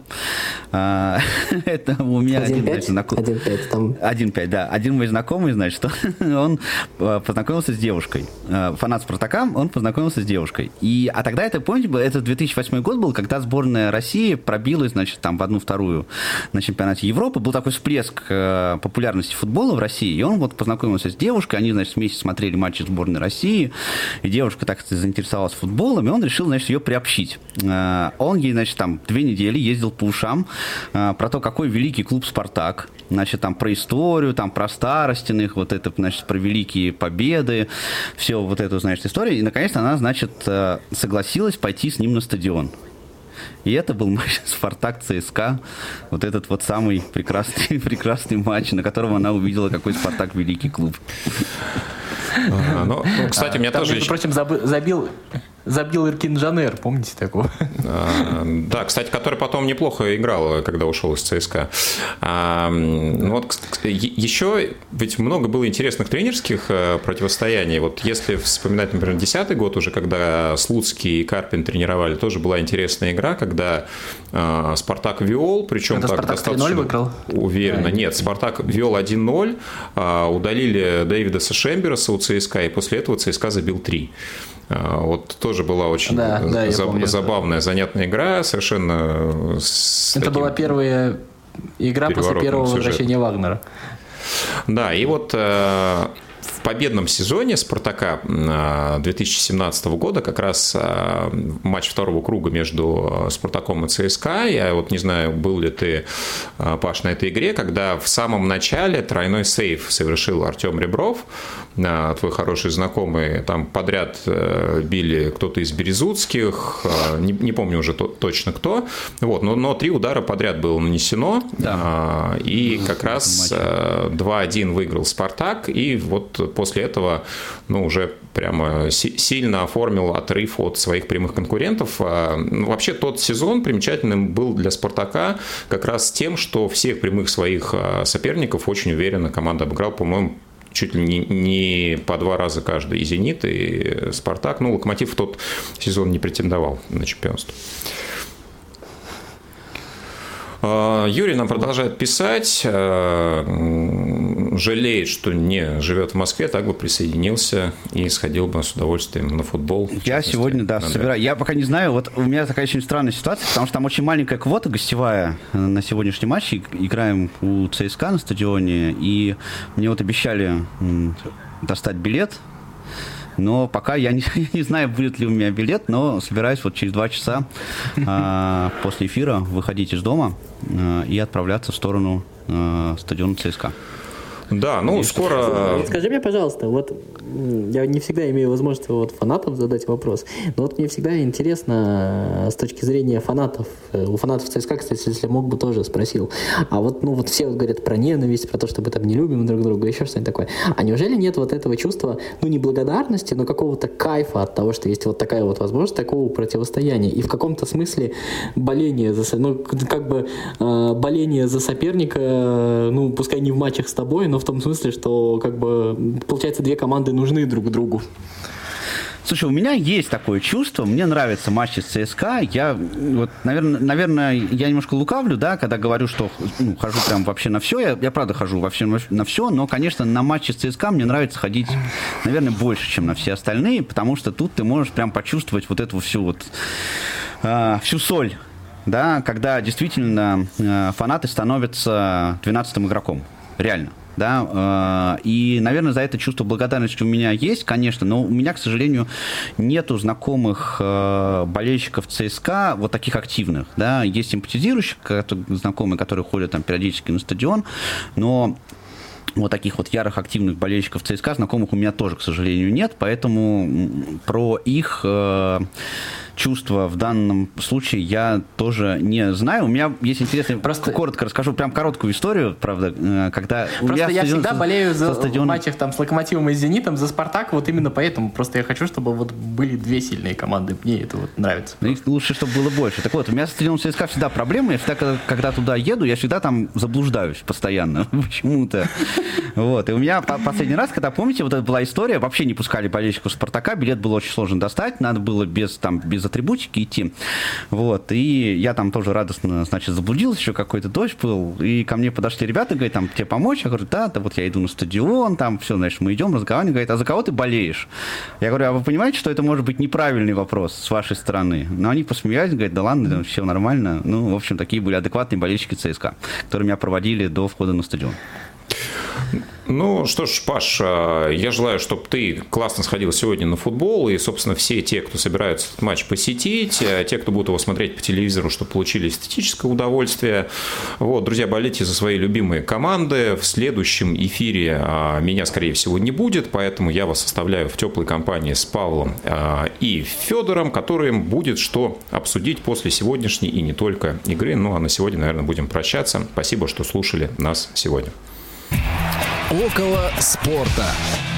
Это у меня один знакомый. 1-5, да. Один мой знакомый, значит, он познакомился с девушкой. Фанат «Спартака», он познакомился с девушкой. А тогда это, помните, это 2008 год был, когда сборная России пробилась, значит, там в 1-2 на чемпионате Европы. Был такой всплеск популярности футбола в России. И он вот познакомился с девушкой, они, значит, вместе смотрели матчи сборной России. И девушка так заинтересовалась футболом, и он решил, значит, ее приобщить. Он ей, значит, там 2 недели ездил по ушам про то, какой великий клуб «Спартак», значит, там про историю, там про Старостиных, вот это, значит, про великие победы, все вот эту, значит, историю. И, наконец-то, она, значит, согласилась пойти с ним на стадион. И это был матч «Спартак-ЦСКА», вот этот вот самый прекрасный матч, на котором она увидела, какой «Спартак» великий клуб. Ну, кстати, меня там, тоже... между прочим, забил... забил Эркин Жанер, помните такого? Да, кстати, который потом неплохо играл, когда ушел из ЦСКА. Вот еще ведь много было интересных тренерских противостояний. Вот если вспоминать, например, 2010 год уже, когда Слуцкий и Карпин тренировали, тоже была интересная игра, когда Спартак вел, причем это так Спартак достаточно 3-0 выиграл? Уверенно. Нет, Спартак вел 1-0, удалили Дэвида Шемберса у ЦСКА, и после этого ЦСКА забил 3. Вот тоже была очень забавная, занятная игра, совершенно... Это была первая игра после первого возвращения Вагнера. Да, и вот в победном сезоне «Спартака» 2017 года, как раз матч второго круга между «Спартаком» и ЦСКА, я вот не знаю, был ли ты, Паш, на этой игре, когда в самом начале тройной сейв совершил Артем Ребров, твой хороший знакомый, там подряд били кто-то из березутских, не помню уже точно кто, вот, но 3 удара подряд было нанесено, да. И как раз 2-1 выиграл «Спартак», и вот после этого, уже прямо сильно оформил отрыв от своих прямых конкурентов. Вообще тот сезон примечательным был для «Спартака» как раз тем, что всех прямых своих соперников очень уверенно команда обыграла, по-моему, чуть ли не по 2 раза каждый. И «Зенит», и «Спартак». «Локомотив» в тот сезон не претендовал на чемпионство. Юрий нам продолжает писать, жалеет, что не живет в Москве, так бы присоединился и сходил бы с удовольствием на футбол. Я сегодня, собираю. Я пока не знаю, вот у меня такая очень странная ситуация, потому что там очень маленькая квота гостевая на сегодняшний матч. Играем у ЦСКА на стадионе, и мне вот обещали достать билет. Но пока я не знаю, будет ли у меня билет, но собираюсь вот через 2 часа после эфира выходить из дома и отправляться в сторону стадиона ЦСКА. Да, скоро... Скажи мне, пожалуйста, вот я не всегда имею возможность фанатам задать вопрос, но вот мне всегда интересно с точки зрения фанатов, у фанатов ЦСКА, кстати, если мог бы, тоже спросил, а вот, все говорят про ненависть, про то, что мы там не любим друг друга, еще что-нибудь такое, а неужели нет вот этого чувства, не благодарности, но какого-то кайфа от того, что есть вот такая вот возможность такого противостояния, и в каком-то смысле боление боление за соперника, пускай не в матчах с тобой, но в том смысле, что получается 2 команды нужны друг другу. Слушай, у меня есть такое чувство, мне нравятся матчи с ЦСКА, я, наверное, я немножко лукавлю, да, когда говорю, что хожу прям вообще на все, я правда хожу вообще на все, но, конечно, на матчи с ЦСКА мне нравится ходить, наверное, больше, чем на все остальные, потому что тут ты можешь прям почувствовать вот эту всю соль, да, когда действительно фанаты становятся 12-м игроком, реально. Да, и, наверное, за это чувство благодарности у меня есть, конечно, но у меня, к сожалению, нету знакомых болельщиков ЦСКА, вот таких активных, да, есть симпатизирующие знакомые, которые ходят там периодически на стадион, но вот таких вот ярых активных болельщиков ЦСКА знакомых у меня тоже, к сожалению, нет, поэтому про их чувства в данном случае я тоже не знаю. У меня есть интересный, коротко расскажу, прям короткую историю, правда, когда... Просто я всегда болею в матчах там с «Локомотивом» и с «Зенитом» за «Спартак», вот именно поэтому. Просто я хочу, чтобы вот были 2 сильные команды. Мне это вот нравится. Лучше, чтобы было больше. Так вот, у меня с стадионом ЦСКА всегда проблема. Я всегда, когда туда еду, я всегда там заблуждаюсь постоянно. Почему-то. Вот. И у меня последний раз, когда, помните, вот это была история, вообще не пускали болельщиков «Спартака», билет было очень сложно достать, надо было без атрибутики идти. Вот. И я там тоже радостно, заблудился, еще какой-то дождь был, и ко мне подошли ребята, говорят, там, тебе помочь? Я говорю, да, вот я иду на стадион, там, все, мы идем, разговариваем, говорят, а за кого ты болеешь? Я говорю, а вы понимаете, что это может быть неправильный вопрос с вашей стороны? Но они посмеялись, говорят, да ладно, все нормально. В общем, такие были адекватные болельщики ЦСКА, которые меня проводили до входа на стадион. Что ж, Паш, я желаю, чтобы ты классно сходил сегодня на футбол, и, собственно, все те, кто собираются этот матч посетить, те, кто будут его смотреть по телевизору, чтобы получили эстетическое удовольствие. Вот, друзья, болейте за свои любимые команды. В следующем эфире меня, скорее всего, не будет, поэтому я вас оставляю в теплой компании с Павлом и Федором, которым будет что обсудить после сегодняшней и не только игры. А на сегодня, наверное, будем прощаться. Спасибо, что слушали нас сегодня. Около спорта.